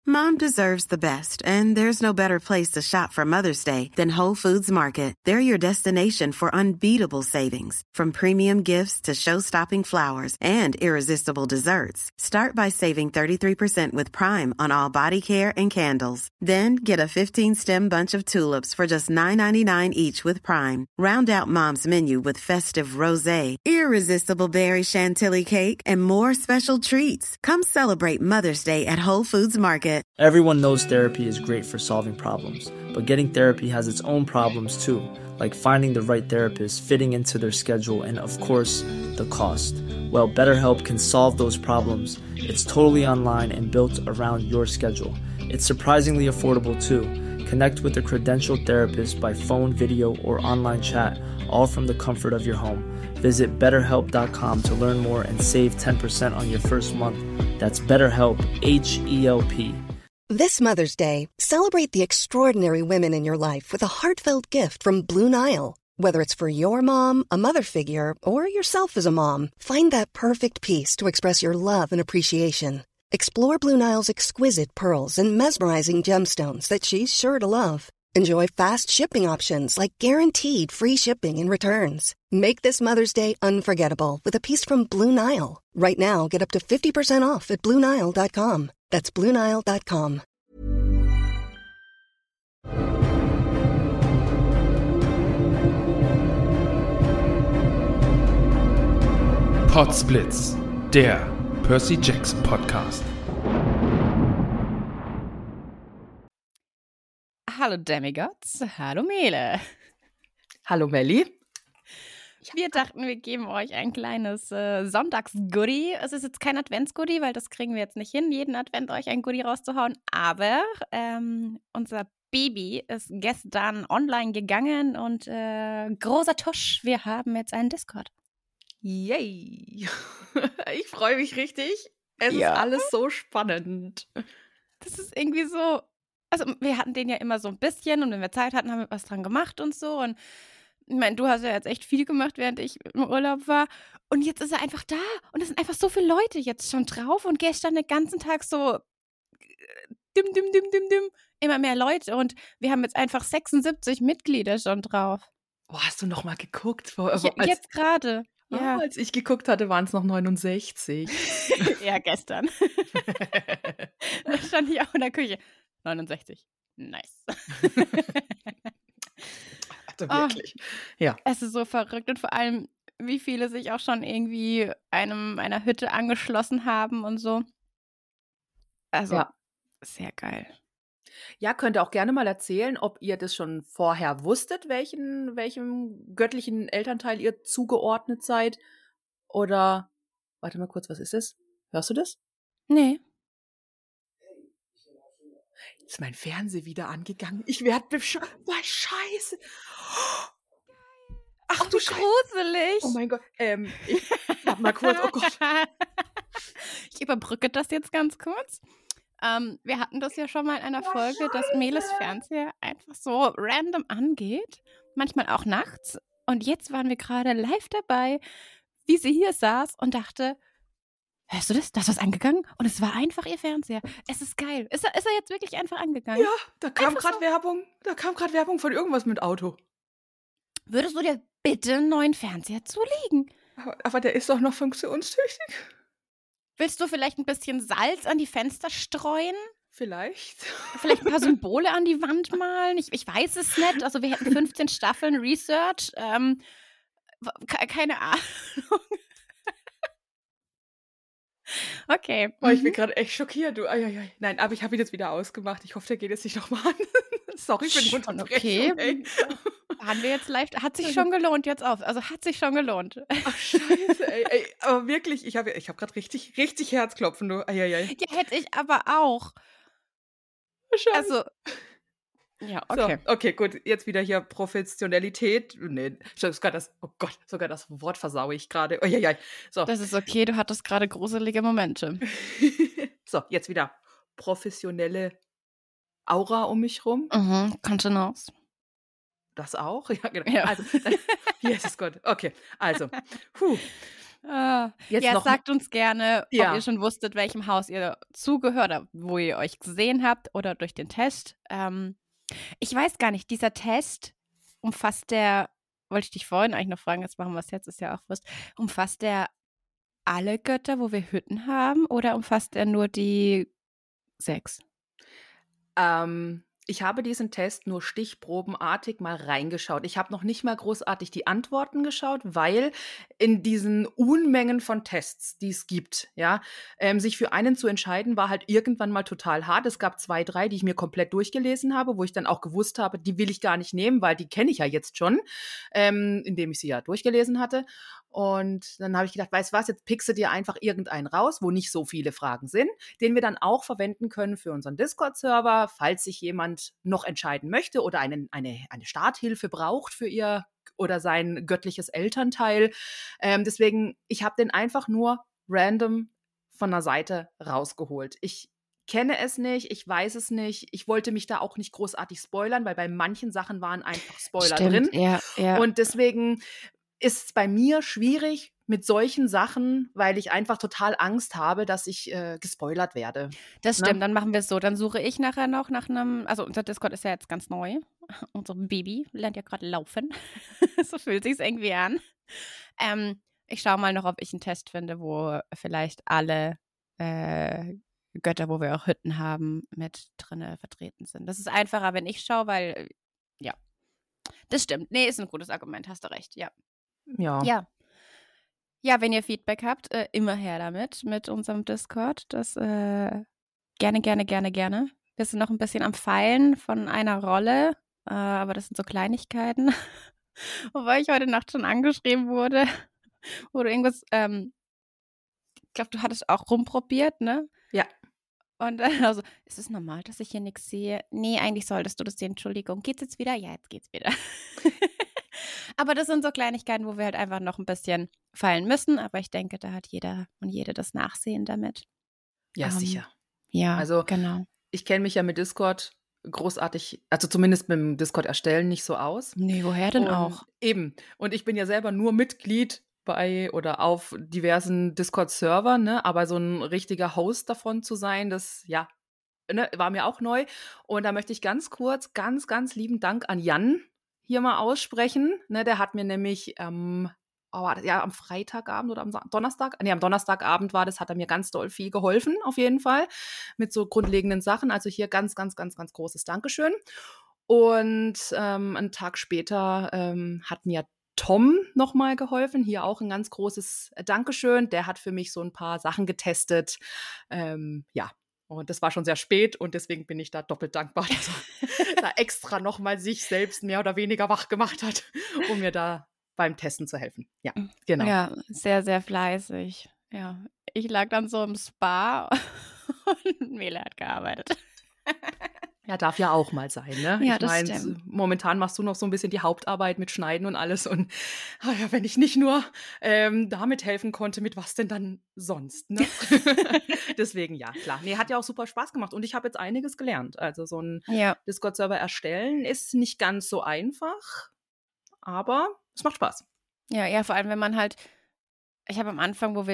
Mom deserves the best, and there's no better place to shop for Mother's Day than Whole Foods Market. They're your destination for unbeatable savings, from premium gifts to show-stopping flowers and irresistible desserts. Start by saving 33% with Prime on all body care and candles. Then get a 15-stem bunch of tulips for just $9.99 each with Prime. Round out Mom's menu with festive rosé, irresistible berry chantilly cake, and more special treats. Come celebrate Mother's Day at Whole Foods Market. Everyone knows therapy is great for solving problems, but getting therapy has its own problems too, like finding the right therapist, fitting into their schedule, and of course, the cost. Well, BetterHelp can solve those problems. It's totally online and built around your schedule. It's surprisingly affordable too. Connect with a credentialed therapist by phone, video, or online chat, all from the comfort of your home. Visit BetterHelp.com to learn more and save 10% on your first month. That's BetterHelp, H-E-L-P. This Mother's Day, celebrate the extraordinary women in your life with a heartfelt gift from Blue Nile. Whether it's for your mom, a mother figure, or yourself as a mom, find that perfect piece to express your love and appreciation. Explore Blue Nile's exquisite pearls and mesmerizing gemstones that she's sure to love. Enjoy fast shipping options like guaranteed free shipping and returns. Make this Mother's Day unforgettable with a piece from Blue Nile. Right now, get up to 50% off at BlueNile.com. That's BlueNile.com. Podsblitz, der Percy Jackson Podcast. Hallo Demigods, hallo Mele. Hallo Melli. Wir dachten, wir geben euch ein kleines Sonntagsgoodie. Es ist jetzt kein Adventsgoodie, weil das kriegen wir jetzt nicht hin, jeden Advent euch ein Goodie rauszuhauen. Aber unser Baby ist gestern online gegangen und großer Tusch, wir haben jetzt einen Discord. Yay! Ich freue mich richtig. Es ist alles so spannend. Das ist irgendwie so, also wir hatten den ja immer so ein bisschen und wenn wir Zeit hatten, haben wir was dran gemacht und so. Und ich meine, du hast ja jetzt echt viel gemacht, während ich im Urlaub war. Und jetzt ist er einfach da. Und es sind einfach so viele Leute jetzt schon drauf. Und gestern den ganzen Tag so immer mehr Leute. Und wir haben jetzt einfach 76 Mitglieder schon drauf. Oh, hast du noch mal geguckt? Jetzt gerade. Ja. Als ich geguckt hatte, waren es noch 69. Ja, gestern. Da stand ich auch in der Küche. 69. Nice. Also wirklich. Ja. Es ist so verrückt und vor allem, wie viele sich auch schon irgendwie einer Hütte angeschlossen haben und so. Also, sehr geil. Ja, könnt ihr auch gerne mal erzählen, ob ihr das schon vorher wusstet, welchem göttlichen Elternteil ihr zugeordnet seid. Oder, warte mal kurz, was ist das? Hörst du das? Nee. Jetzt ist mein Fernseher wieder angegangen. Ich werde bescheuert. Was Scheiße. Ach du Scheiße. Gruselig. Oh mein Gott. Ich warte mal kurz. Oh Gott. Ich überbrücke das jetzt ganz kurz. Wir hatten das ja schon mal in einer Folge, dass Meles Fernseher einfach so random angeht. Manchmal auch nachts. Und jetzt waren wir gerade live dabei, wie sie hier saß und dachte, hörst du das? Da ist was angegangen und es war einfach ihr Fernseher. Es ist geil. Ist er jetzt wirklich einfach angegangen? Ja, da kam gerade Werbung. Da kam gerade Werbung von irgendwas mit Auto. Würdest du dir bitte einen neuen Fernseher zulegen? Aber der ist doch noch funktionstüchtig. Willst du vielleicht ein bisschen Salz an die Fenster streuen? Vielleicht. Vielleicht ein paar Symbole an die Wand malen? Ich weiß es nicht. Also wir hätten 15 Staffeln Research. Keine Ahnung. Okay. Oh, ich bin gerade echt schockiert. Du. Nein, aber ich habe ihn jetzt wieder ausgemacht. Ich hoffe, der geht jetzt nicht nochmal an. Sorry für die Unterbrechung. Okay. Waren wir jetzt live? Hat sich schon gelohnt jetzt auf. Also hat sich schon gelohnt. Ach, scheiße, ey. Aber wirklich, ich hab gerade richtig, richtig Herzklopfen. Du. Ja, hätte ich aber auch. Scheiße. Also, ja, okay. So, okay, gut. Jetzt wieder hier Professionalität. Nee, sogar das Wort versaue ich gerade. So. Das ist okay, du hattest gerade gruselige Momente. So, jetzt wieder professionelle Aura um mich rum. Kontenance. Das auch? Ja, genau. Ja. Also, Jesus Gott. Okay, also. Jetzt Ja, noch sagt uns gerne, ob Ja. ihr schon wusstet, welchem Haus ihr zugehört oder wo ihr euch gesehen habt oder durch den Test. Ich weiß gar nicht, dieser Test umfasst wollte ich dich vorhin eigentlich noch fragen, jetzt machen wir es jetzt, ist ja auch Wurst, umfasst der alle Götter, wo wir Hütten haben oder umfasst er nur die 6? Ich habe diesen Test nur stichprobenartig mal reingeschaut. Ich habe noch nicht mal großartig die Antworten geschaut, weil in diesen Unmengen von Tests, die es gibt, ja, sich für einen zu entscheiden, war halt irgendwann mal total hart. Es gab 2, 3, die ich mir komplett durchgelesen habe, wo ich dann auch gewusst habe, die will ich gar nicht nehmen, weil die kenne ich ja jetzt schon, indem ich sie ja durchgelesen hatte. Und dann habe ich gedacht, weißt du was, jetzt pickst du dir einfach irgendeinen raus, wo nicht so viele Fragen sind, den wir dann auch verwenden können für unseren Discord-Server, falls sich jemand noch entscheiden möchte oder eine Starthilfe braucht für ihr oder sein göttliches Elternteil. Deswegen, ich habe den einfach nur random von der Seite rausgeholt. Ich kenne es nicht, ich weiß es nicht. Ich wollte mich da auch nicht großartig spoilern, weil bei manchen Sachen waren einfach Spoiler drin. Ja. Und deswegen ist es bei mir schwierig mit solchen Sachen, weil ich einfach total Angst habe, dass ich gespoilert werde. Das stimmt, dann machen wir es so. Dann suche ich nachher noch nach einem, also unser Discord ist ja jetzt ganz neu. Unser Baby lernt ja gerade laufen. So fühlt sich's irgendwie an. Ich schaue mal noch, ob ich einen Test finde, wo vielleicht alle Götter, wo wir auch Hütten haben, mit drinne vertreten sind. Das ist einfacher, wenn ich schaue, weil, ja, das stimmt. Nee, ist ein gutes Argument, hast du recht, ja. Ja. Ja, wenn ihr Feedback habt, immer her damit mit unserem Discord. Das gerne. Wir sind noch ein bisschen am Feilen von einer Rolle, aber das sind so Kleinigkeiten. Wobei ich heute Nacht schon angeschrieben wurde, wo du irgendwas, ich glaube, du hattest auch rumprobiert, ne? Ja. Und dann also, ist es normal, dass ich hier nichts sehe? Nee, eigentlich solltest du das sehen. Entschuldigung, geht's jetzt wieder? Ja, jetzt geht's wieder. Aber das sind so Kleinigkeiten, wo wir halt einfach noch ein bisschen feilen müssen. Aber ich denke, da hat jeder und jede das Nachsehen damit. Ja, sicher. Ja, Also, genau. Ich kenne mich ja mit Discord großartig, also zumindest mit dem Discord erstellen nicht so aus. Nee, woher denn auch? Eben. Und ich bin ja selber nur Mitglied bei oder auf diversen Discord-Servern, ne? Aber so ein richtiger Host davon zu sein, das, ja, ne, war mir auch neu. Und da möchte ich ganz kurz, ganz, ganz lieben Dank an Jan hier mal aussprechen. Ne, der hat mir nämlich am Freitagabend oder am Donnerstag, am Donnerstagabend hat er mir ganz doll viel geholfen, auf jeden Fall, mit so grundlegenden Sachen. Also hier ganz, ganz, ganz, ganz großes Dankeschön. Und einen Tag später hat mir Tom nochmal geholfen. Hier auch ein ganz großes Dankeschön. Der hat für mich so ein paar Sachen getestet. Ja. Und das war schon sehr spät und deswegen bin ich da doppelt dankbar, dass er da extra nochmal sich selbst mehr oder weniger wach gemacht hat, um mir da beim Testen zu helfen. Ja, genau. Ja, sehr, sehr fleißig. Ja, ich lag dann so im Spa und Mele hat gearbeitet. Ja, darf ja auch mal sein, ne? Ja, ich meine, momentan machst du noch so ein bisschen die Hauptarbeit mit Schneiden und alles. Und ja, wenn ich nicht nur damit helfen konnte, mit was denn dann sonst, ne? Deswegen, ja, klar. Nee, hat ja auch super Spaß gemacht. Und ich habe jetzt einiges gelernt. Also so ein Discord-Server erstellen ist nicht ganz so einfach, aber es macht Spaß. Ja, vor allem, wenn man halt, ich habe am Anfang, wo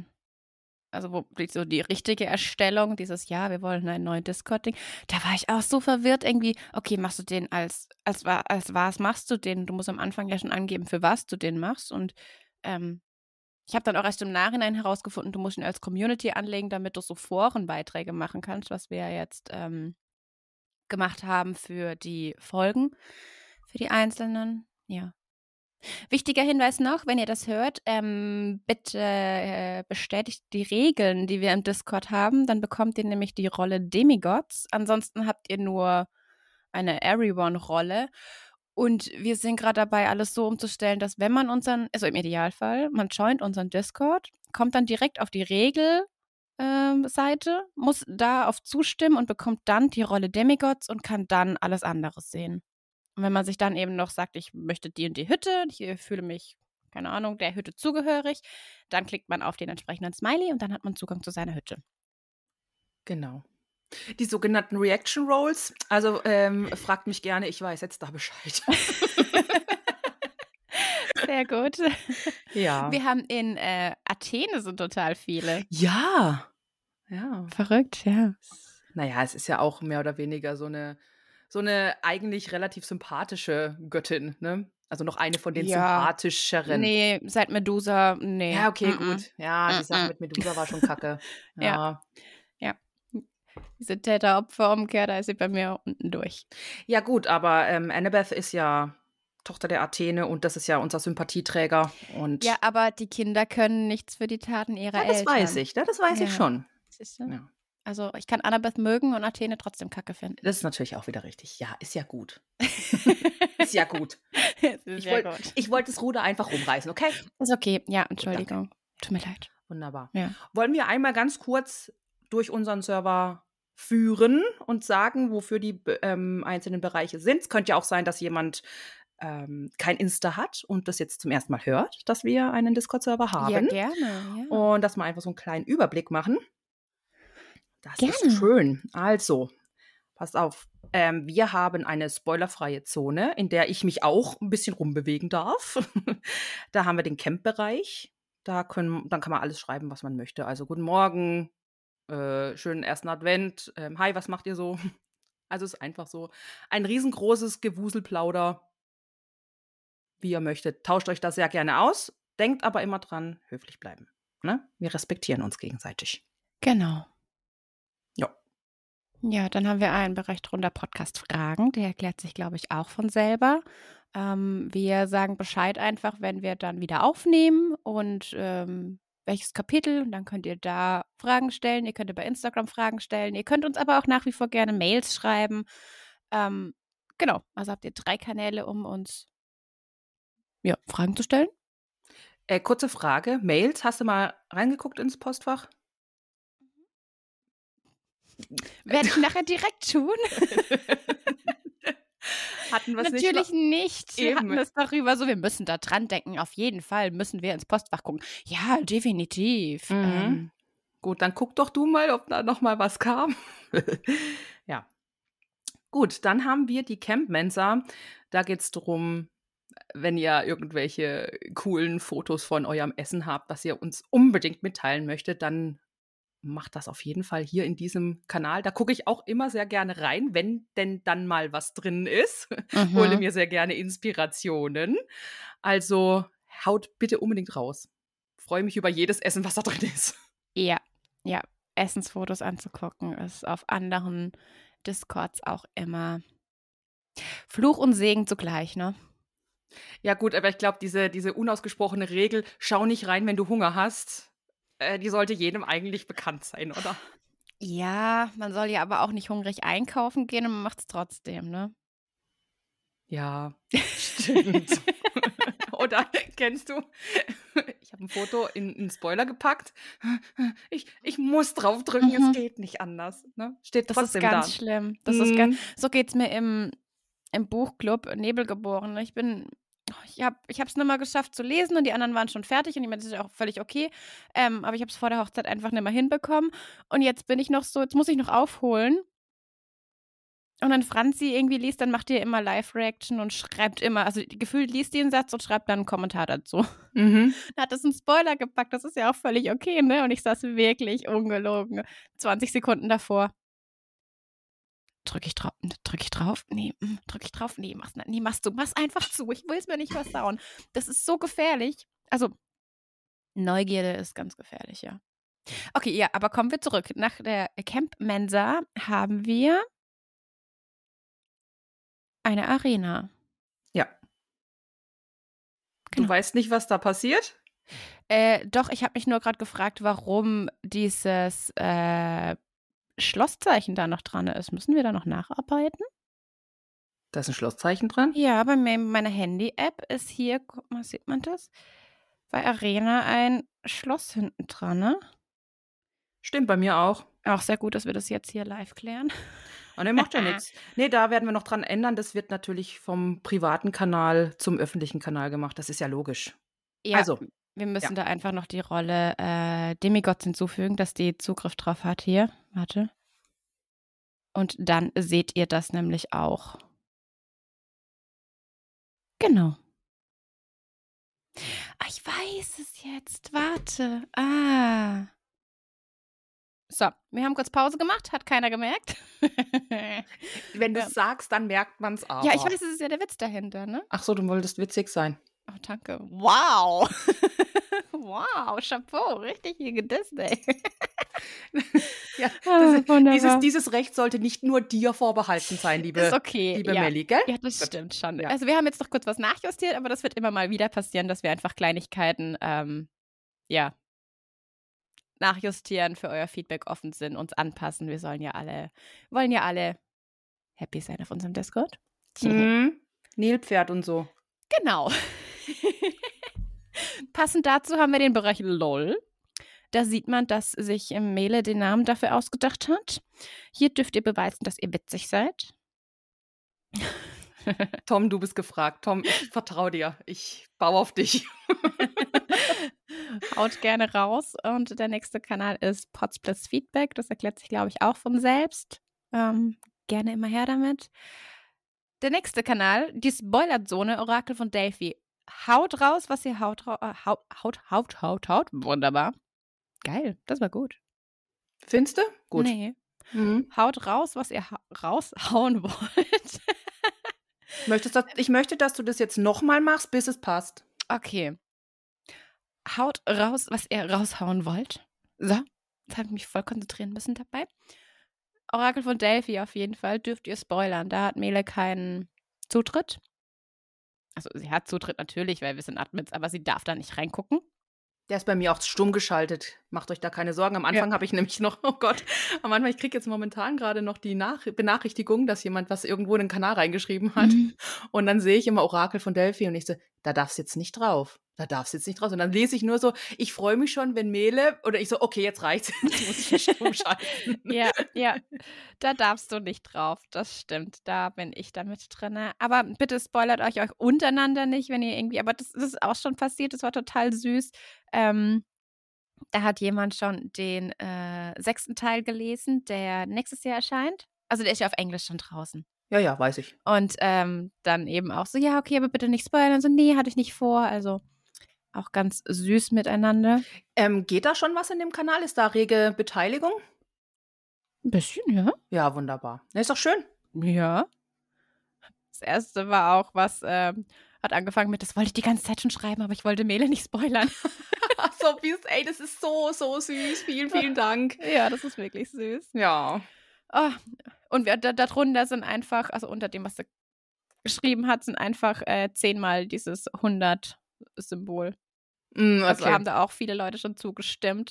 so die richtige Erstellung, dieses, ja, wir wollen einen neuen Discord-Ding, da war ich auch so verwirrt irgendwie, okay, machst du den als was machst du den? Du musst am Anfang ja schon angeben, für was du den machst und ich habe dann auch erst im Nachhinein herausgefunden, du musst ihn als Community anlegen, damit du so Forenbeiträge machen kannst, was wir ja jetzt gemacht haben für die Folgen, für die einzelnen, ja. Wichtiger Hinweis noch, wenn ihr das hört, bitte bestätigt die Regeln, die wir im Discord haben, dann bekommt ihr nämlich die Rolle Demigods. Ansonsten habt ihr nur eine Everyone-Rolle. Und wir sind gerade dabei, alles so umzustellen, dass wenn man also im Idealfall, man joint unseren Discord, kommt dann direkt auf die Regelseite, muss da auf Zustimmen und bekommt dann die Rolle Demigods und kann dann alles andere sehen. Und wenn man sich dann eben noch sagt, ich möchte die und die Hütte, ich fühle mich, keine Ahnung, der Hütte zugehörig, dann klickt man auf den entsprechenden Smiley und dann hat man Zugang zu seiner Hütte. Genau. Die sogenannten Reaction Rolls, also fragt mich gerne, ich weiß jetzt da Bescheid. Sehr gut. Ja. Wir haben in Athene so total viele. Ja. Verrückt, ja. Naja, es ist ja auch mehr oder weniger so eine eigentlich relativ sympathische Göttin, ne? Also noch eine von den Ja. sympathischeren. Nee, seit Medusa, nee. Ja, okay, gut. Ja, die Sache mit Medusa war schon kacke. Ja. Diese Täter-Opfer-Umkehr, da ist sie bei mir unten durch. Ja, gut, aber Annabeth ist ja Tochter der Athene und das ist ja unser Sympathieträger. Und Ja, aber die Kinder können nichts für die Taten ihrer das Eltern. weiß ich, das weiß ich Ja. schon. Siehst du? Ja. Also ich kann Annabeth mögen und Athene trotzdem kacke finden. Das ist natürlich auch wieder richtig. Ja, ist ja gut. Ist ja gut. Ich wollte das Ruder einfach rumreißen, okay? Ist okay, ja, Entschuldigung. Tut mir leid. Wunderbar. Ja. Wollen wir einmal ganz kurz durch unseren Server führen und sagen, wofür die einzelnen Bereiche sind? Es könnte ja auch sein, dass jemand kein Insta hat und das jetzt zum ersten Mal hört, dass wir einen Discord-Server haben. Ja, gerne. Ja. Und dass wir einfach so einen kleinen Überblick machen. Das Gerne. ist schön. Also, passt auf. Wir haben eine spoilerfreie Zone, in der ich mich auch ein bisschen rumbewegen darf. Da haben wir den Camp-Bereich. Dann kann man alles schreiben, was man möchte. Also, guten Morgen, schönen ersten Advent. Hi, was macht ihr so? Also, es ist einfach so ein riesengroßes Gewuselplauder. Wie ihr möchtet. Tauscht euch das sehr gerne aus. Denkt aber immer dran, höflich bleiben. Ne? Wir respektieren uns gegenseitig. Genau. Ja. Ja, dann haben wir einen Bereich drunter, Podcast-Fragen. Der erklärt sich, glaube ich, auch von selber. Wir sagen Bescheid einfach, wenn wir dann wieder aufnehmen und welches Kapitel. Und dann könnt ihr da Fragen stellen. Ihr könnt bei Instagram Fragen stellen. Ihr könnt uns aber auch nach wie vor gerne Mails schreiben. Genau, also habt ihr 3 Kanäle, um uns Fragen zu stellen. Kurze Frage. Mails, hast du mal reingeguckt ins Postfach? Werde ich nachher direkt tun? Hatten wir es Natürlich nicht. Wir Eben. hatten es darüber so, wir müssen da dran denken. Auf jeden Fall müssen wir ins Postfach gucken. Ja, definitiv. Mhm. Gut, dann guck doch du mal, ob da noch mal was kam. Ja. Gut, dann haben wir die Camp Mensa. Da geht es darum, wenn ihr irgendwelche coolen Fotos von eurem Essen habt, was ihr uns unbedingt mitteilen möchtet, dann macht das auf jeden Fall hier in diesem Kanal. Da gucke ich auch immer sehr gerne rein, wenn denn dann mal was drin ist. Hole mir sehr gerne Inspirationen. Also haut bitte unbedingt raus. Freue mich über jedes Essen, was da drin ist. Ja, Essensfotos anzugucken ist auf anderen Discords auch immer Fluch und Segen zugleich, ne? Ja gut, aber ich glaube, diese unausgesprochene Regel, schau nicht rein, wenn du Hunger hast, die sollte jedem eigentlich bekannt sein, oder? Ja, man soll ja aber auch nicht hungrig einkaufen gehen und man macht es trotzdem, ne? Ja, stimmt. Oder kennst du, ich habe ein Foto in einen Spoiler gepackt. Ich muss draufdrücken, es geht nicht anders. Ne? Steht Das ist trotzdem ganz da. schlimm. Das ist so geht es mir im Buchclub Nebelgeboren. Ich habe es nicht mal geschafft zu lesen und die anderen waren schon fertig und ich meine, das ist ja auch völlig okay. Aber ich habe es vor der Hochzeit einfach nicht mehr hinbekommen. Und jetzt bin ich noch so, jetzt muss ich noch aufholen. Und dann Franzi irgendwie liest, dann macht ihr immer Live-Reaction und schreibt immer, also gefühlt liest die einen Satz und schreibt dann einen Kommentar dazu. Mhm. Da hat das einen Spoiler gepackt, das ist ja auch völlig okay, ne? Und ich saß wirklich ungelogen 20 Sekunden davor. Drück ich drauf? Nee, drück ich drauf? Nee, machst du. Mach's einfach zu. Ich will es mir nicht versauen. Das ist so gefährlich. Also, Neugierde ist ganz gefährlich, ja. Okay, ja, aber kommen wir zurück. Nach der Camp Mensa haben wir eine Arena. Ja. Genau. Du weißt nicht, was da passiert? Doch, ich habe mich nur gerade gefragt, warum dieses Schlosszeichen da noch dran ist. Müssen wir da noch nacharbeiten? Da ist ein Schlosszeichen dran? Ja, bei meiner Handy-App ist hier, guck mal, sieht man das? Bei Arena ein Schloss hinten dran, ne? Stimmt, bei mir auch. Auch sehr gut, dass wir das jetzt hier live klären. Oh, ne, macht ja nichts. Nee, da werden wir noch dran ändern. Das wird natürlich vom privaten Kanal zum öffentlichen Kanal gemacht. Das ist ja logisch. Ja, Also, wir müssen da einfach noch die Rolle Demigods hinzufügen, dass die Zugriff drauf hat hier. Warte. Und dann seht ihr das nämlich auch. Genau. Ich weiß es jetzt. Warte. So, wir haben kurz Pause gemacht, hat keiner gemerkt. Wenn du Ja. es sagst, dann merkt man es aber. Ja, ich weiß, es ist ja der Witz dahinter, ne? Ach so, du wolltest witzig sein. Oh, danke. Wow. Wow, Chapeau. Richtig hier gedisst, ey. Ja, Wunderbar. dieses Recht sollte nicht nur dir vorbehalten sein, liebe, Ist okay. liebe ja. Melli, gell? Ja, das stimmt schon. Ja. Also wir haben jetzt noch kurz was nachjustiert, aber das wird immer mal wieder passieren, dass wir einfach Kleinigkeiten, nachjustieren, für euer Feedback offen sind, uns anpassen. Wir wollen ja alle happy sein auf unserem Discord. Nilpferd und so. Genau. Passend dazu haben wir den Bereich LOL. Da sieht man, dass sich Mele den Namen dafür ausgedacht hat. Hier dürft ihr beweisen, dass ihr witzig seid. Tom, du bist gefragt. Tom, ich vertraue dir. Ich baue auf dich. Haut gerne raus. Und der nächste Kanal ist Podsplits Feedback. Das erklärt sich, glaube ich, auch von selbst. Gerne immer her damit. Der nächste Kanal, die Spoilerzone, Orakel von Delphi. Haut raus, was ihr haut. Wunderbar. Geil, das war gut. Findest du? Gut. Nee. Mhm. Haut raus, was ihr raushauen wollt. Ich möchte, dass du das jetzt nochmal machst, bis es passt. Okay. Haut raus, was ihr raushauen wollt. So, jetzt habe ich mich voll konzentrieren müssen dabei. Orakel von Delphi auf jeden Fall, dürft ihr spoilern. Da hat Mele keinen Zutritt. Also sie hat Zutritt natürlich, weil wir sind Admins, aber sie darf da nicht reingucken. Der ist bei mir auch stumm geschaltet. Macht euch da keine Sorgen. Am Anfang habe ich nämlich noch, oh Gott, ich kriege jetzt momentan gerade noch die Benachrichtigung, dass jemand was irgendwo in den Kanal reingeschrieben hat. Und dann sehe ich immer Orakel von Delphi und ich so, da darfst du jetzt nicht drauf. Und dann lese ich nur so, ich freue mich schon, wenn Mele, oder ich so, okay, jetzt reicht's. Jetzt muss ich hier stumm schalten. Ja, da darfst du nicht drauf. Das stimmt, da bin ich da mit drin. Aber bitte spoilert euch untereinander nicht, wenn ihr irgendwie, aber das ist auch schon passiert, das war total süß. Da hat jemand schon den 6. Teil gelesen, der nächstes Jahr erscheint. Also der ist ja auf Englisch schon draußen. Ja, weiß ich. Und dann eben auch so, ja, okay, aber bitte nicht spoilern. So, nee, hatte ich nicht vor. Also auch ganz süß miteinander. Geht da schon was in dem Kanal? Ist da rege Beteiligung? Ein bisschen, ja. Ja, wunderbar. Na, ist doch schön. Ja. Das erste war auch was, hat angefangen mit, das wollte ich die ganze Zeit schon schreiben, aber ich wollte Mele nicht spoilern. So, ey, das ist so süß. Vielen, vielen Dank. Ja, das ist wirklich süß. Ja. Oh, und darunter sind einfach, also unter dem, was sie geschrieben hat, sind einfach 10-mal dieses 100-Symbol. Okay. Also haben da auch viele Leute schon zugestimmt.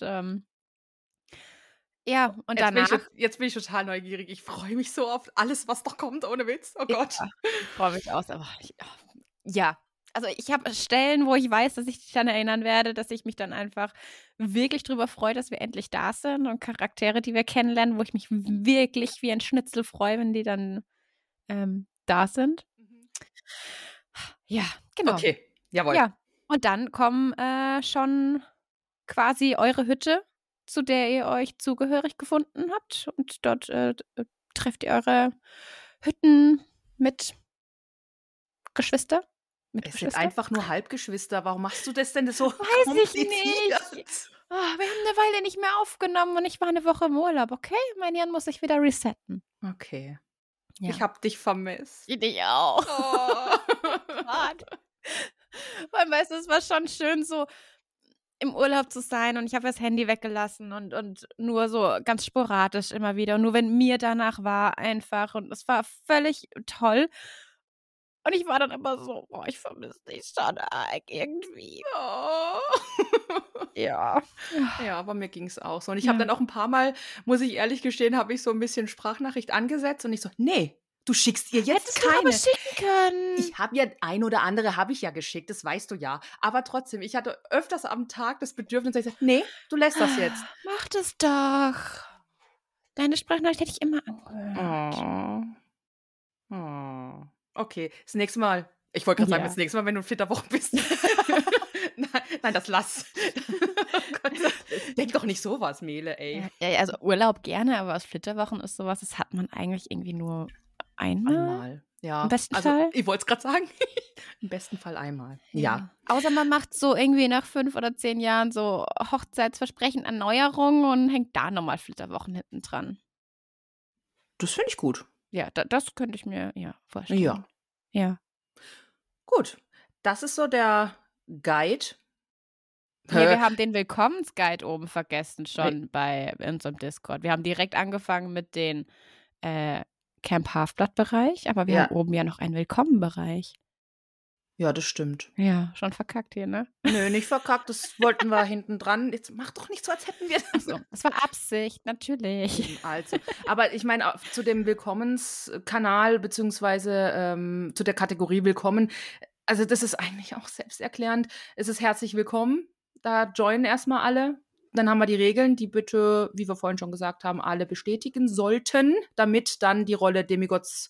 Ja, und danach. Jetzt bin ich total neugierig. Ich freue mich so auf alles, was noch kommt, ohne Witz. Oh Gott. Ja, ich freue mich aus, aber ja. Also ich habe Stellen, wo ich weiß, dass ich dich dann erinnern werde, dass ich mich dann einfach wirklich drüber freue, dass wir endlich da sind und Charaktere, die wir kennenlernen, wo ich mich wirklich wie ein Schnitzel freue, wenn die dann da sind. Ja, genau. Okay, jawohl. Ja, und dann kommen schon quasi eure Hütte, zu der ihr euch zugehörig gefunden habt. Und dort trefft ihr eure Geschwister. Es sind einfach nur Halbgeschwister. Warum machst du das denn so Weiß ich kompliziert? nicht. Oh, wir haben eine Weile nicht mehr aufgenommen und ich war eine Woche im Urlaub. Okay, mein Hirn muss sich wieder resetten. Okay. Ja. Ich hab dich vermisst. Ich dich auch. Oh. Weil, weißt du, es war schon schön, so im Urlaub zu sein und ich habe das Handy weggelassen und nur so ganz sporadisch immer wieder. Und nur wenn mir danach war einfach. Und es war völlig toll. Und ich war dann immer so, boah, ich vermisse dich schon irgendwie. Oh. Ja. Ja, aber mir ging es auch so. Und ich habe dann auch ein paar Mal, muss ich ehrlich gestehen, habe ich so ein bisschen Sprachnachricht angesetzt und ich so, nee, du schickst ihr jetzt Hättest keine. Du aber schicken können. Ich habe ja ein oder andere habe ich ja geschickt, das weißt du ja. Aber trotzdem, ich hatte öfters am Tag das Bedürfnis, dass ich sage, nee, du lässt das jetzt. Mach das doch. Deine Sprachnachricht hätte ich immer angehört. Oh. Okay, das nächste Mal. Ich wollte gerade sagen, das nächste Mal, wenn du in Flitterwochen bist. Nein, das lass. Oh Gott. Denk doch nicht sowas, Mele, ey. Ja, also Urlaub gerne, aber aus Flitterwochen ist sowas, das hat man eigentlich irgendwie nur einmal. Ja, Im besten also Fall? ich wollte es gerade sagen. Im besten Fall einmal. Ja. Außer man macht so irgendwie nach 5 oder 10 Jahren so Hochzeitsversprechen, Erneuerungen und hängt da nochmal Flitterwochen hinten dran. Das finde ich gut. Ja, das könnte ich mir vorstellen. Ja. Ja. Gut. Das ist so der Guide. Ja, wir haben den Willkommensguide oben vergessen schon bei unserem Discord. Wir haben direkt angefangen mit den Camp Halfblood-Bereich, aber wir Ja. haben oben ja noch einen Willkommen-Bereich. Ja, das stimmt. Ja, schon verkackt hier, ne? Nö, nicht verkackt, das wollten wir hinten dran. Jetzt mach doch nicht so, als hätten wir das. So, das war Absicht, natürlich. Also, aber ich meine, zu dem Willkommenskanal, beziehungsweise zu der Kategorie Willkommen, also das ist eigentlich auch selbsterklärend. Es ist herzlich willkommen. Da joinen erstmal alle. Dann haben wir die Regeln, die bitte, wie wir vorhin schon gesagt haben, alle bestätigen sollten, damit dann die Rolle Demigods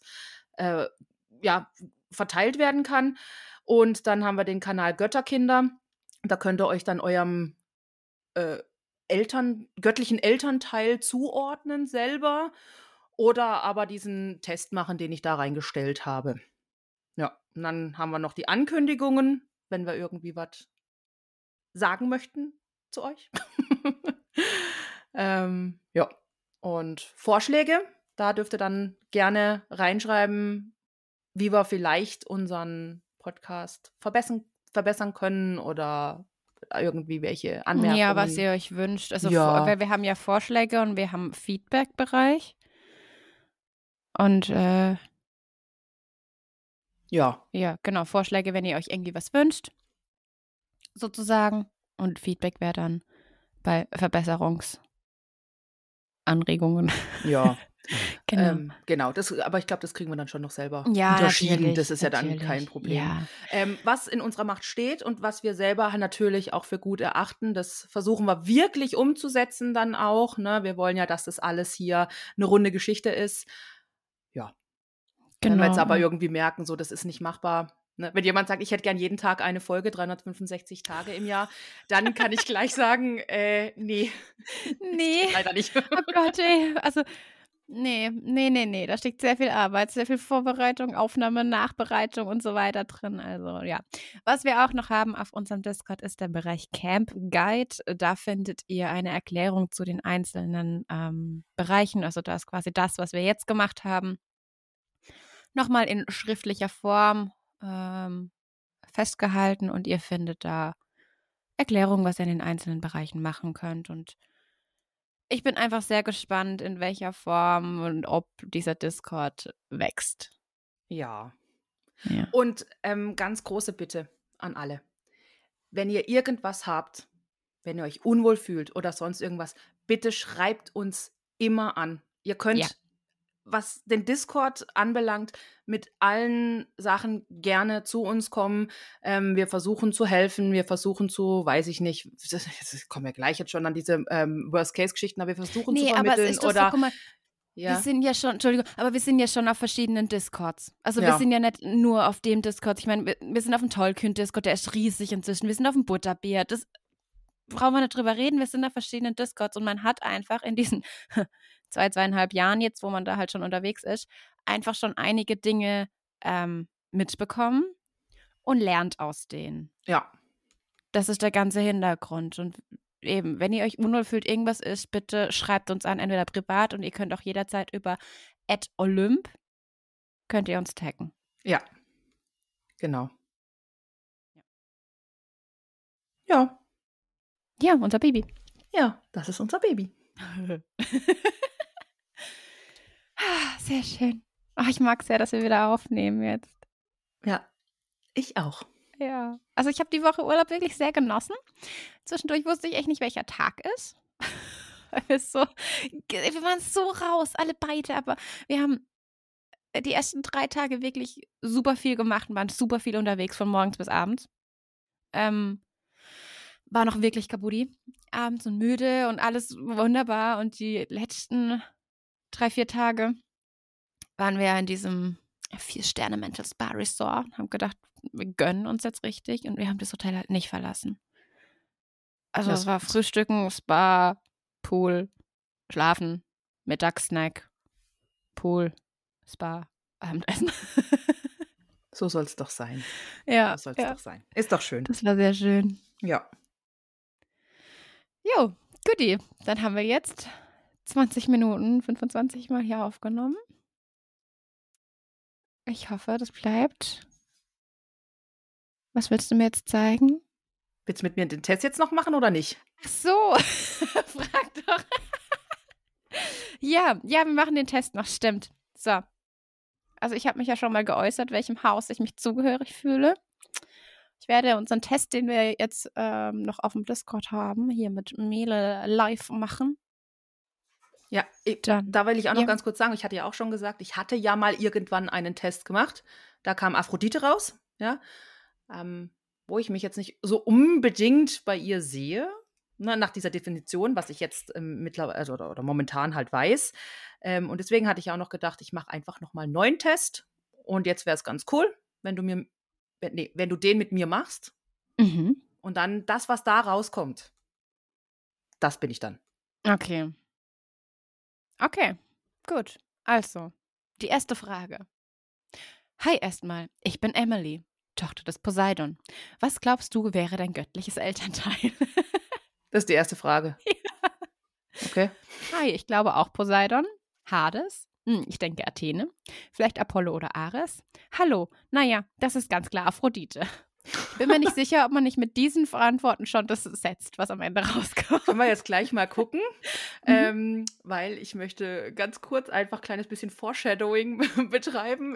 verteilt werden kann. Und dann haben wir den Kanal Götterkinder. Da könnt ihr euch dann eurem göttlichen Elternteil zuordnen selber oder aber diesen Test machen, den ich da reingestellt habe. Ja, und dann haben wir noch die Ankündigungen, wenn wir irgendwie was sagen möchten zu euch. Ja, und Vorschläge, da dürft ihr dann gerne reinschreiben, wie wir vielleicht unseren Podcast verbessern können oder irgendwie welche Anmerkungen. Ja, was ihr euch wünscht. Also Ja. weil wir haben ja Vorschläge und wir haben Feedback-Bereich. Und Ja, ja, genau, Vorschläge, wenn ihr euch irgendwie was wünscht, sozusagen. Und Feedback wäre dann bei Verbesserungsanregungen. ja. Genau. Genau, aber ich glaube, das kriegen wir dann schon noch selber Ja, unterschieden. natürlich, Das ist ja dann natürlich. kein Problem. Ja. Was in unserer Macht steht und was wir selber natürlich auch für gut erachten, das versuchen wir wirklich umzusetzen dann auch. Ne? Wir wollen ja, dass das alles hier eine runde Geschichte ist. Ja. Wenn wir jetzt aber irgendwie merken, so das ist nicht machbar. Ne? Wenn jemand sagt, ich hätte gern jeden Tag eine Folge, 365 Tage im Jahr, dann kann ich gleich sagen, nee. Nee. Leider nicht. Oh Gott, ey. Also, nee. Da steckt sehr viel Arbeit, sehr viel Vorbereitung, Aufnahme, Nachbereitung und so weiter drin. Also, ja. Was wir auch noch haben auf unserem Discord ist der Bereich Camp Guide. Da findet ihr eine Erklärung zu den einzelnen Bereichen. Also, da ist quasi das, was wir jetzt gemacht haben, nochmal in schriftlicher Form festgehalten und ihr findet da Erklärungen, was ihr in den einzelnen Bereichen machen könnt. Und ich bin einfach sehr gespannt, in welcher Form und ob dieser Discord wächst. Ja. Ja. Und ganz große Bitte an alle. Wenn ihr irgendwas habt, wenn ihr euch unwohl fühlt oder sonst irgendwas, bitte schreibt uns immer an. Ihr könnt, was den Discord anbelangt, mit allen Sachen gerne zu uns kommen. Wir versuchen zu helfen, wir versuchen zu, weiß ich nicht, das kommen wir gleich jetzt schon an diese Worst-Case-Geschichten, aber wir versuchen zu vermitteln. Aber es ist doch oder so, guck mal, ja. wir sind ja schon auf verschiedenen Discords. Also wir Ja. sind ja nicht nur auf dem Discord. Ich meine, wir sind auf dem Tollkühn-Discord, der ist riesig inzwischen. Wir sind auf dem Butterbier. Das brauchen wir nicht drüber reden. Wir sind auf verschiedenen Discords und man hat einfach in diesen 2,5 Jahren jetzt, wo man da halt schon unterwegs ist, einfach schon einige Dinge mitbekommen und lernt aus denen. Ja. Das ist der ganze Hintergrund. Und eben, wenn ihr euch unwohl fühlt, irgendwas ist, bitte schreibt uns an, entweder privat und ihr könnt auch jederzeit über @olymp könnt ihr uns taggen. Ja. Genau. Ja. Ja, unser Baby. Ja, das ist unser Baby. Sehr schön. Ach, ich mag sehr, dass wir wieder aufnehmen jetzt. Ja, ich auch. Ja. Also ich habe die Woche Urlaub wirklich sehr genossen. Zwischendurch wusste ich echt nicht, welcher Tag ist. Wir waren so raus, alle beide, aber wir haben die ersten 3 Tage wirklich super viel gemacht und waren super viel unterwegs, von morgens bis abends. War noch wirklich kaputt abends und müde und alles wunderbar. Und die letzten 3-4 Tage waren wir in diesem 4-Sterne Mental Spa Resort und haben gedacht, wir gönnen uns jetzt richtig. Und wir haben das Hotel halt nicht verlassen. Also es war Frühstücken, Spa, Pool, Schlafen, Mittagssnack, Pool, Spa, Abendessen. So soll es doch sein. Ja, So soll es ja, doch sein. Ist doch schön. das war sehr schön. Ja. Jo, guti. Dann haben wir jetzt 20 Minuten, 25 Mal hier aufgenommen. Ich hoffe, das bleibt. Was willst du mir jetzt zeigen? Willst du mit mir den Test jetzt noch machen oder nicht? Ach so, frag doch. Ja, wir machen den Test noch, stimmt. So. Also ich habe mich ja schon mal geäußert, welchem Haus ich mich zugehörig fühle. Ich werde unseren Test, den wir jetzt noch auf dem Discord haben, hier mit Mele live machen. Ja, Dann, da will ich auch noch ja. ganz kurz sagen, ich hatte ja auch schon gesagt, ich hatte ja mal irgendwann einen Test gemacht. Da kam Aphrodite raus, ja, wo ich mich jetzt nicht so unbedingt bei ihr sehe, ne, nach dieser Definition, was ich jetzt mittlerweile oder momentan halt weiß. Und deswegen hatte ich auch noch gedacht, ich mache einfach nochmal einen neuen Test. Und jetzt wäre es ganz cool, wenn du den mit mir machst Mhm. und dann das, was da rauskommt, das bin ich dann. Okay. Okay, gut. Also, die erste Frage. Hi erstmal, ich bin Emily, Tochter des Poseidon. Was glaubst du, wäre dein göttliches Elternteil? Das ist die erste Frage. Ja. Okay. Hi, ich glaube auch Poseidon, Hades, ich denke Athene, vielleicht Apollo oder Ares. Hallo, naja, das ist ganz klar Aphrodite. Bin mir nicht sicher, ob man nicht mit diesen Antworten schon das setzt, was am Ende rauskommt. Können wir jetzt gleich mal gucken, weil ich möchte ganz kurz einfach ein kleines bisschen Foreshadowing betreiben.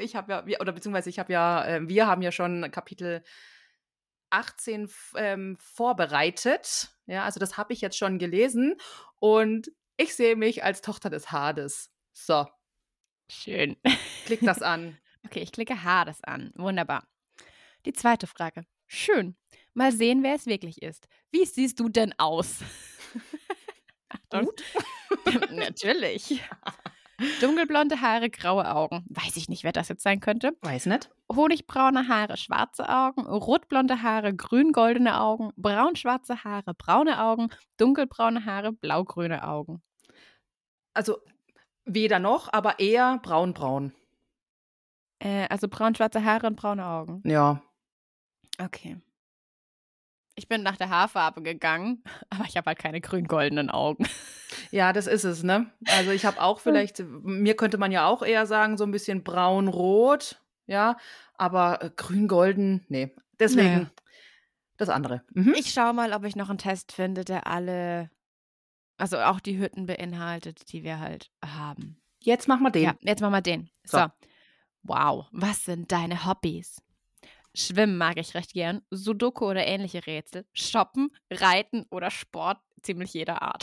Wir haben ja schon Kapitel 18 vorbereitet. Ja, also das habe ich jetzt schon gelesen und ich sehe mich als Tochter des Hades. So, Schön. klick das an. Okay, ich klicke Hades an. Wunderbar. Die zweite Frage. Schön. Mal sehen, wer es wirklich ist. Wie siehst du denn aus? Achtung. Gut. Natürlich. Dunkelblonde Haare, graue Augen. Weiß ich nicht, wer das jetzt sein könnte. Weiß nicht. Honigbraune Haare, schwarze Augen. Rotblonde Haare, grün-goldene Augen. Braun-schwarze Haare, braune Augen. Dunkelbraune Haare, blau-grüne Augen. Also weder noch, aber eher braun-braun. Also braun-schwarze Haare und braune Augen. Ja. Okay. Ich bin nach der Haarfarbe gegangen, aber ich habe halt keine grün-goldenen Augen. Ja, das ist es, ne? Also ich habe auch vielleicht, mir könnte man ja auch eher sagen, so ein bisschen braun-rot, ja, aber grün-golden, nee. Deswegen Naja. das andere. Mhm. Ich schaue mal, ob ich noch einen Test finde, der also auch die Hütten beinhaltet, die wir halt haben. Jetzt machen wir den. Ja, jetzt machen wir den. So. So. Wow, was sind deine Hobbys? Schwimmen mag ich recht gern, Sudoku oder ähnliche Rätsel, Shoppen, Reiten oder Sport ziemlich jeder Art.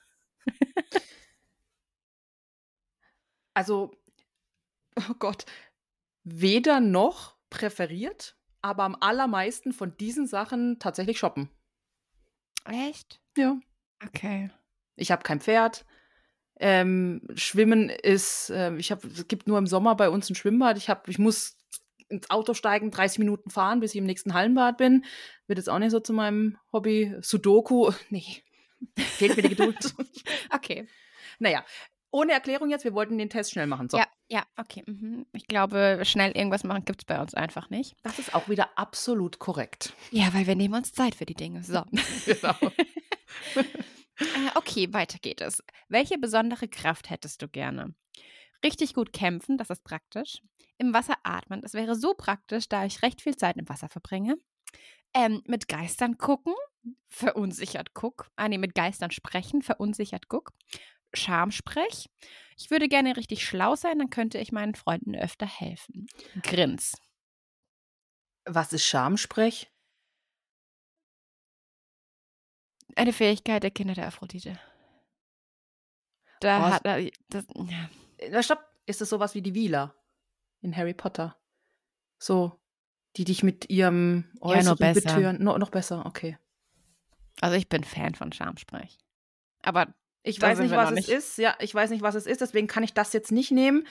Also, oh Gott, weder noch präferiert, aber am allermeisten von diesen Sachen tatsächlich shoppen. Echt? Ja. Okay. Ich habe kein Pferd. Schwimmen ist, es gibt nur im Sommer bei uns ein Schwimmbad. Ich muss ins Auto steigen, 30 Minuten fahren, bis ich im nächsten Hallenbad bin. Wird jetzt auch nicht so zu meinem Hobby. Sudoku, nee, fehlt mir die Geduld. Okay. Naja, ohne Erklärung jetzt, wir wollten den Test schnell machen. So. Ja, okay. Ich glaube, schnell irgendwas machen gibt es bei uns einfach nicht. Das ist auch wieder absolut korrekt. Ja, weil wir nehmen uns Zeit für die Dinge. So. Genau. Okay, weiter geht es. Welche besondere Kraft hättest du gerne? Richtig gut kämpfen, das ist praktisch. Im Wasser atmen, das wäre so praktisch, da ich recht viel Zeit im Wasser verbringe. Mit Geistern gucken, verunsichert guck. Mit Geistern sprechen, verunsichert guck. Schamsprech. Ich würde gerne richtig schlau sein, dann könnte ich meinen Freunden öfter helfen. Grins. Was ist Schamsprech? Eine Fähigkeit der Kinder der Aphrodite. Da hat er. Ja. Stopp, ist es sowas wie die Wieler in Harry Potter? So, die dich mit ihrem Äußeren betören. Noch besser, okay. Also ich bin Fan von Schamsprech. Aber ich weiß nicht, was es ist. Ja, ich weiß nicht, was es ist, deswegen kann ich das jetzt nicht nehmen.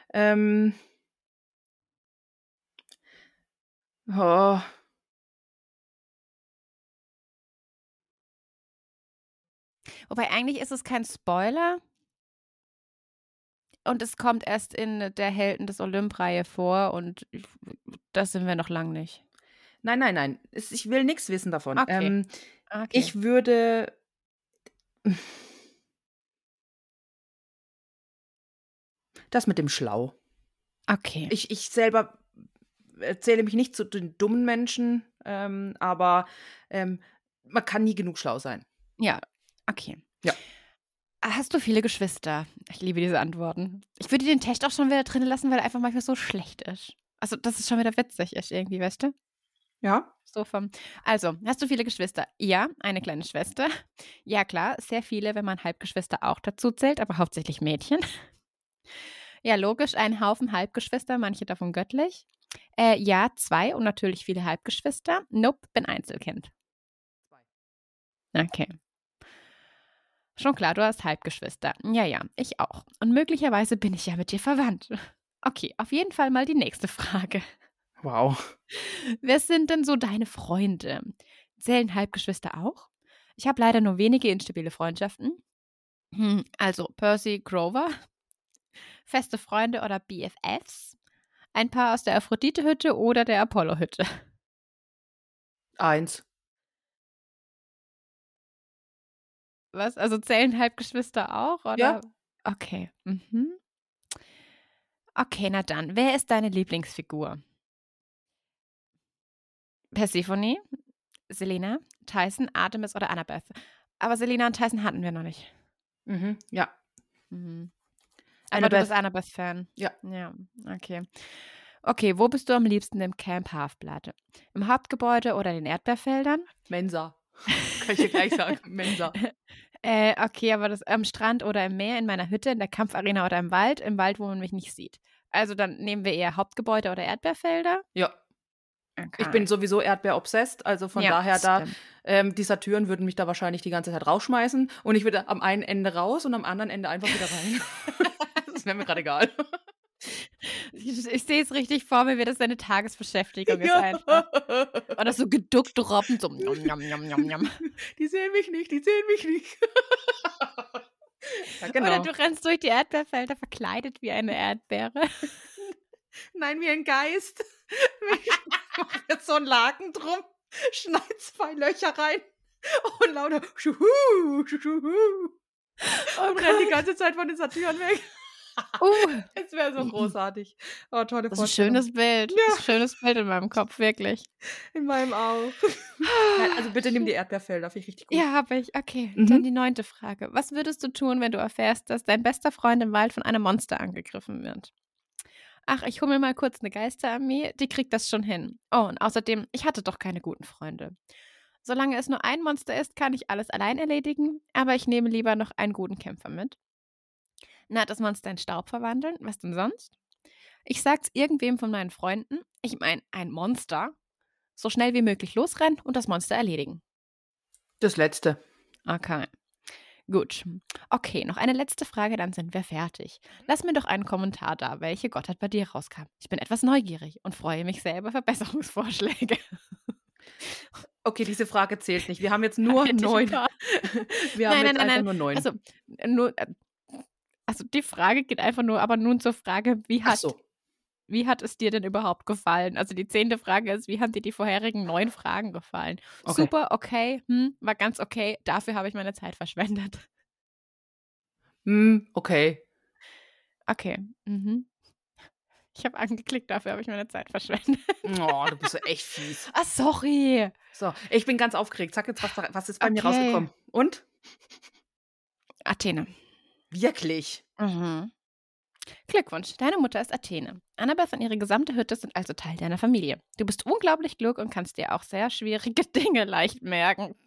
Oh. Wobei eigentlich ist es kein Spoiler. Und es kommt erst in der Helden des Olymp-Reihe vor und das sind wir noch lang nicht. Nein. Ich will nichts wissen davon. Okay. Ich würde. Das mit dem Schlau. Okay. Ich selber zähle mich nicht zu den dummen Menschen, aber man kann nie genug schlau sein. Ja, okay. Ja. Hast du viele Geschwister? Ich liebe diese Antworten. Ich würde den Test auch schon wieder drin lassen, weil er einfach manchmal so schlecht ist. Also, das ist schon wieder witzig ist irgendwie, weißt du? Ja. Also, hast du viele Geschwister? Ja, eine kleine Schwester. Ja, klar, sehr viele, wenn man Halbgeschwister auch dazu zählt, aber hauptsächlich Mädchen. Ja, logisch, ein Haufen Halbgeschwister, manche davon göttlich. Ja, 2 und natürlich viele Halbgeschwister. Nope, bin Einzelkind. 2. Okay. Schon klar, du hast Halbgeschwister. Ja, ich auch. Und möglicherweise bin ich ja mit dir verwandt. Okay, auf jeden Fall mal die nächste Frage. Wow. Wer sind denn so deine Freunde? Zählen Halbgeschwister auch? Ich habe leider nur wenige instabile Freundschaften. Also Percy, Grover, feste Freunde oder BFFs, ein paar aus der Aphrodite-Hütte oder der Apollo-Hütte. 1. Was? Also zählen Halbgeschwister auch? Oder? Ja. Okay. Okay, na dann. Wer ist deine Lieblingsfigur? Persephone, Selena, Tyson, Artemis oder Annabeth? Aber Selena und Tyson hatten wir noch nicht. Ja. Aber du bist Annabeth-Fan. Ja. Ja, okay. Okay, wo bist du am liebsten im Camp Half-Blood? Im Hauptgebäude oder in den Erdbeerfeldern? Mensa. Kann ich dir gleich sagen. Mensa. Okay, aber das am Strand oder im Meer, in meiner Hütte, in der Kampfarena oder im Wald, wo man mich nicht sieht. Also dann nehmen wir eher Hauptgebäude oder Erdbeerfelder. Ja. Okay. Ich bin sowieso Erdbeer-obsessed, also von daher die Satyren würden mich da wahrscheinlich die ganze Zeit rausschmeißen und ich würde am einen Ende raus und am anderen Ende einfach wieder rein. Das wäre mir gerade egal. Ich sehe es richtig vor mir, wie das deine Tagesbeschäftigung ist einfach. Oder so geduckte Robben, so njam, njam, njam, njam. Die sehen mich nicht. Ja, genau. Oder du rennst durch die Erdbeerfelder verkleidet wie eine Erdbeere. Nein, wie ein Geist. Ich mache jetzt so einen Laken drum, schneid 2 Löcher rein und lauter Schuhu, Schuhu. Und renn die ganze Zeit von den Satyren weg. Es wäre so großartig. Oh, tolle Das ist ein schönes Bild. Ja. Das ist ein schönes Bild in meinem Kopf, wirklich. In meinem auch. Nein, also bitte nimm die Erdbeerfelder, finde ich richtig gut. Ja, habe ich. Okay, dann die 9. Frage. Was würdest du tun, wenn du erfährst, dass dein bester Freund im Wald von einem Monster angegriffen wird? Ach, ich hole mir mal kurz eine Geisterarmee, die kriegt das schon hin. Oh, und außerdem, ich hatte doch keine guten Freunde. Solange es nur ein Monster ist, kann ich alles allein erledigen, aber ich nehme lieber noch einen guten Kämpfer mit. Na, das Monster in Staub verwandeln? Was denn sonst? Ich sag's irgendwem von meinen Freunden, ich meine, ein Monster, so schnell wie möglich losrennen und das Monster erledigen. Das Letzte. Okay. Gut. Okay, noch eine letzte Frage, dann sind wir fertig. Lass mir doch einen Kommentar da, welche Gottheit bei dir rauskam. Ich bin etwas neugierig und freue mich sehr über Verbesserungsvorschläge. Okay, diese Frage zählt nicht. Wir haben jetzt nur 9. Wir haben jetzt einfach nur 9. Also die Frage geht einfach nur, aber nun zur Frage, wie hat es dir denn überhaupt gefallen? Also die 10. Frage ist, wie haben dir die vorherigen 9 Fragen gefallen? Okay. Super, okay, war ganz okay, dafür habe ich meine Zeit verschwendet. Okay. Okay, Ich habe angeklickt, dafür habe ich meine Zeit verschwendet. Oh, du bist so echt fies. Ah, sorry. So, ich bin ganz aufgeregt. Sag jetzt, was ist bei mir rausgekommen? Und? Athene. Wirklich? Glückwunsch, deine Mutter ist Athene. Annabeth und ihre gesamte Hütte sind also Teil deiner Familie. Du bist unglaublich klug und kannst dir auch sehr schwierige Dinge leicht merken.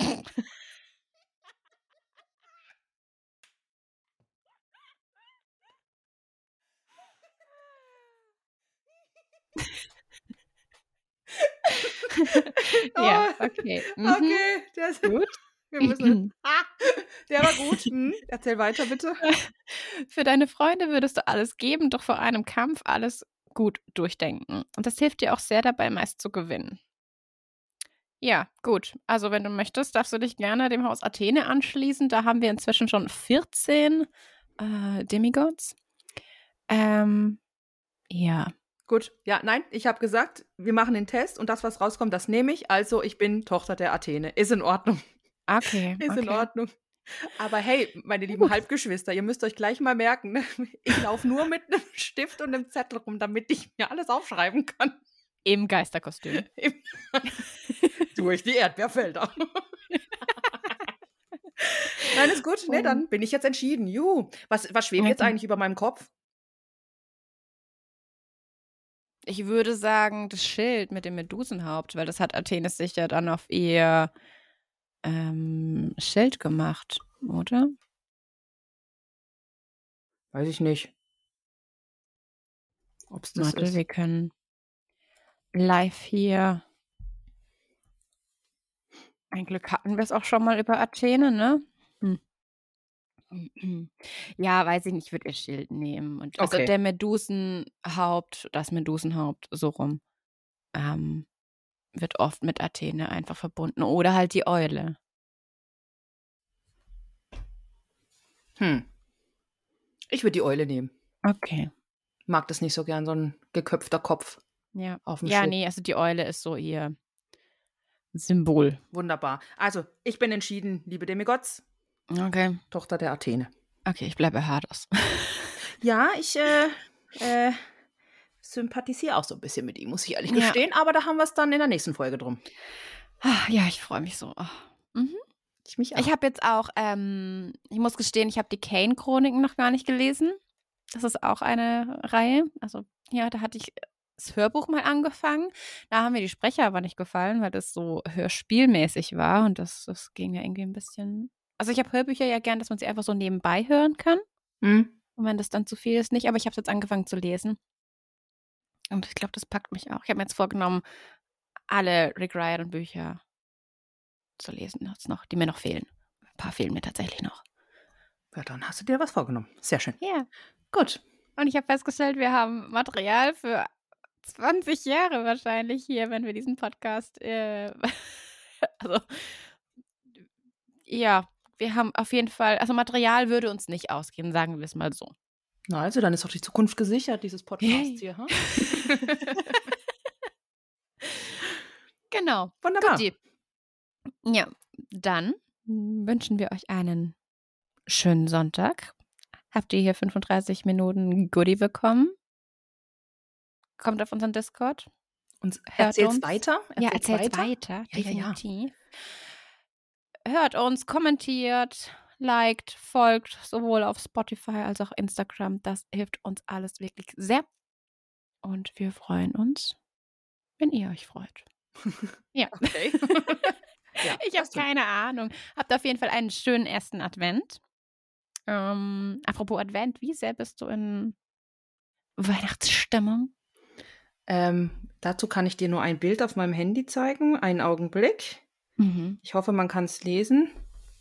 Ja, okay. Okay, der ist gut. Wir müssen. Der war gut. Erzähl weiter, bitte. Für deine Freunde würdest du alles geben, doch vor einem Kampf alles gut durchdenken. Und das hilft dir auch sehr dabei, meist zu gewinnen. Ja, gut. Also wenn du möchtest, darfst du dich gerne dem Haus Athene anschließen. Da haben wir inzwischen schon 14 Demigods. Ja. Gut, ja, nein, ich habe gesagt, wir machen den Test und das, was rauskommt, das nehme ich. Also, ich bin Tochter der Athene. Ist in Ordnung. Okay. Ist in Ordnung. Aber hey, meine lieben Gut. Halbgeschwister, ihr müsst euch gleich mal merken, ne? Ich laufe nur mit einem Stift und einem Zettel rum, damit ich mir alles aufschreiben kann. Im Geisterkostüm. Durch die Erdbeerfelder. Nein, ist gut. Ne, dann bin ich jetzt entschieden. Juhu. Was schwebt jetzt Okay. eigentlich über meinem Kopf? Ich würde sagen, das Schild mit dem Medusenhaupt, weil das hat Athenes sich ja dann auf ihr Schild gemacht, oder? Weiß ich nicht. Ob's das Warte, ist. wir können live hier. Ein Glück hatten wir es auch schon mal über Athene, ne? Ja, weiß ich nicht, ich würde ihr Schild nehmen. Und also Okay. das Medusenhaupt, so rum, wird oft mit Athene einfach verbunden. Oder halt die Eule. Ich würde die Eule nehmen. Okay. Mag das nicht so gern, so ein geköpfter Kopf Ja. auf dem Ja, Schild. nee, also die Eule ist so ihr Symbol. Wunderbar. Also, ich bin entschieden, liebe Demigods, Okay. Tochter der Athene. Okay, ich bleibe Hades. Ja, ich sympathisiere auch so ein bisschen mit ihm, muss ich ehrlich Ja. gestehen. Aber da haben wir es dann in der nächsten Folge drum. Ja, ich freue mich so. Ich mich auch. Ich habe jetzt auch, ich muss gestehen, ich habe die Kane-Chroniken noch gar nicht gelesen. Das ist auch eine Reihe. Also, ja, da hatte ich das Hörbuch mal angefangen. Da haben mir die Sprecher aber nicht gefallen, weil das so hörspielmäßig war. Und das ging ja irgendwie ein bisschen. Also, ich habe Hörbücher ja gern, dass man sie einfach so nebenbei hören kann. Und wenn das dann zu viel ist, nicht. Aber ich habe es jetzt angefangen zu lesen. Und ich glaube, das packt mich auch. Ich habe mir jetzt vorgenommen, alle Rick Riordan-Bücher zu lesen, die mir noch fehlen. Ein paar fehlen mir tatsächlich noch. Ja, dann hast du dir was vorgenommen. Sehr schön. Ja. Gut. Und ich habe festgestellt, wir haben Material für 20 Jahre wahrscheinlich hier, wenn wir diesen Podcast. Also, ja, wir haben auf jeden Fall. Also, Material würde uns nicht ausgehen, sagen wir es mal so. Na also, dann ist doch die Zukunft gesichert, dieses Podcasts hier. Genau. Wunderbar. Guti. Ja, dann wünschen wir euch einen schönen Sonntag. Habt ihr hier 35 Minuten Goodie bekommen? Kommt auf unseren Discord. Und Hört erzähl's uns. weiter. Ja, erzählt weiter. Ja, ja, ja. Definitiv. Hört uns, kommentiert, liked, folgt, sowohl auf Spotify als auch Instagram. Das hilft uns alles wirklich sehr. Und wir freuen uns, wenn ihr euch freut. Ja. Okay. Ja, Ich habe hast du. keine Ahnung. Habt auf jeden Fall einen schönen ersten Advent. Apropos Advent, wie sehr bist du in Weihnachtsstimmung? Dazu kann ich dir nur ein Bild auf meinem Handy zeigen. Einen Augenblick. Ich hoffe, man kann es lesen.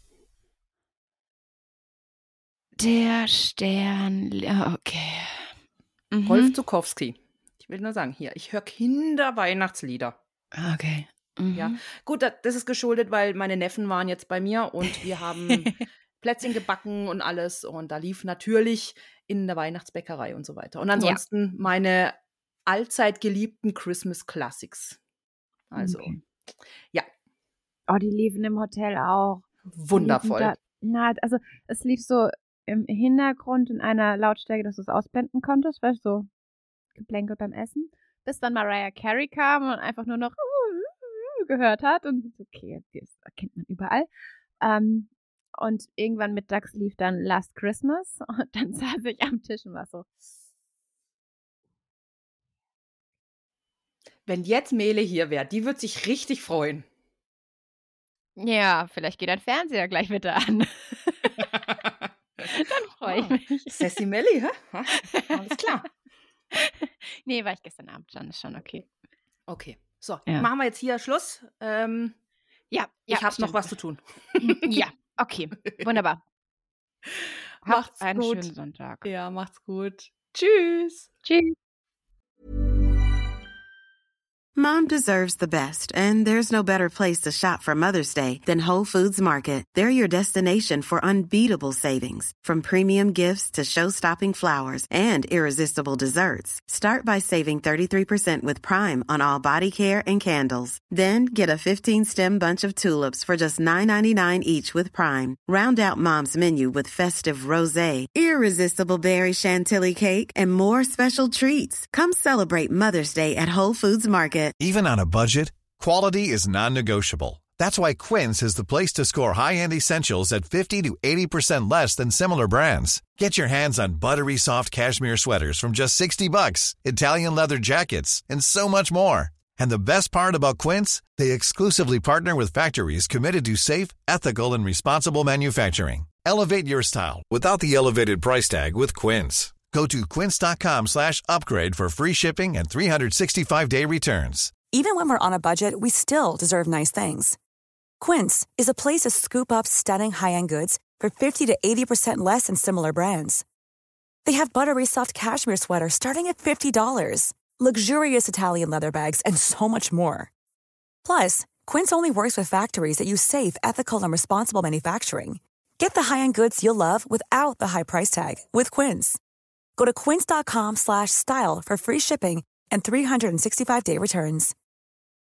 Der Stern. Okay. Rolf Zukowski. Ich will nur sagen, hier, ich höre Kinderweihnachtslieder. Okay. Ja. Gut, das ist geschuldet, weil meine Neffen waren jetzt bei mir und wir haben Plätzchen gebacken und alles. Und da lief natürlich in der Weihnachtsbäckerei und so weiter. Und ansonsten meine allzeit geliebten Christmas Classics. Also, ja. Oh, die liefen im Hotel auch. Wundervoll. Also es lief so im Hintergrund in einer Lautstärke, dass du es ausblenden konntest, weißt du, so Geplänkel beim Essen, bis dann Mariah Carey kam und einfach nur noch gehört hat und okay, das erkennt man überall. Und irgendwann mittags lief dann Last Christmas und dann saß ich am Tisch und war so. Wenn jetzt Mele hier wäre, die würde sich richtig freuen. Ja, vielleicht geht dein Fernseher gleich wieder an. Dann freue ich mich. Sassy Melli, hä? Alles klar. Nee, war ich gestern Abend schon, ist schon okay. Okay, so, Ja. machen wir jetzt hier Schluss. Ja, ich habe noch stimmt. was zu tun. Ja, okay, wunderbar. Macht's Habt einen gut. schönen Sonntag. Ja, macht's gut. Tschüss. Tschüss. Mom deserves the best, and there's no better place to shop for Mother's Day than Whole Foods Market. They're your destination for unbeatable savings, from premium gifts to show-stopping flowers and irresistible desserts. Start by saving 33% with Prime on all body care and candles. Then get a 15-stem bunch of tulips for just $9.99 each with Prime. Round out Mom's menu with festive rosé, irresistible berry chantilly cake, and more special treats. Come celebrate Mother's Day at Whole Foods Market. Even on a budget, quality is non-negotiable. That's why Quince is the place to score high-end essentials at 50 to 80% less than similar brands. Get your hands on buttery soft cashmere sweaters from just $60, Italian leather jackets, and so much more. And the best part about Quince, they exclusively partner with factories committed to safe, ethical, and responsible manufacturing. Elevate your style without the elevated price tag with Quince. Go to quince.com/upgrade for free shipping and 365-day returns. Even when we're on a budget, we still deserve nice things. Quince is a place to scoop up stunning high-end goods for 50 to 80% less than similar brands. They have buttery soft cashmere sweaters starting at $50, luxurious Italian leather bags, and so much more. Plus, Quince only works with factories that use safe, ethical, and responsible manufacturing. Get the high-end goods you'll love without the high price tag with Quince. Go to quince.com/style for free shipping and 365-day returns.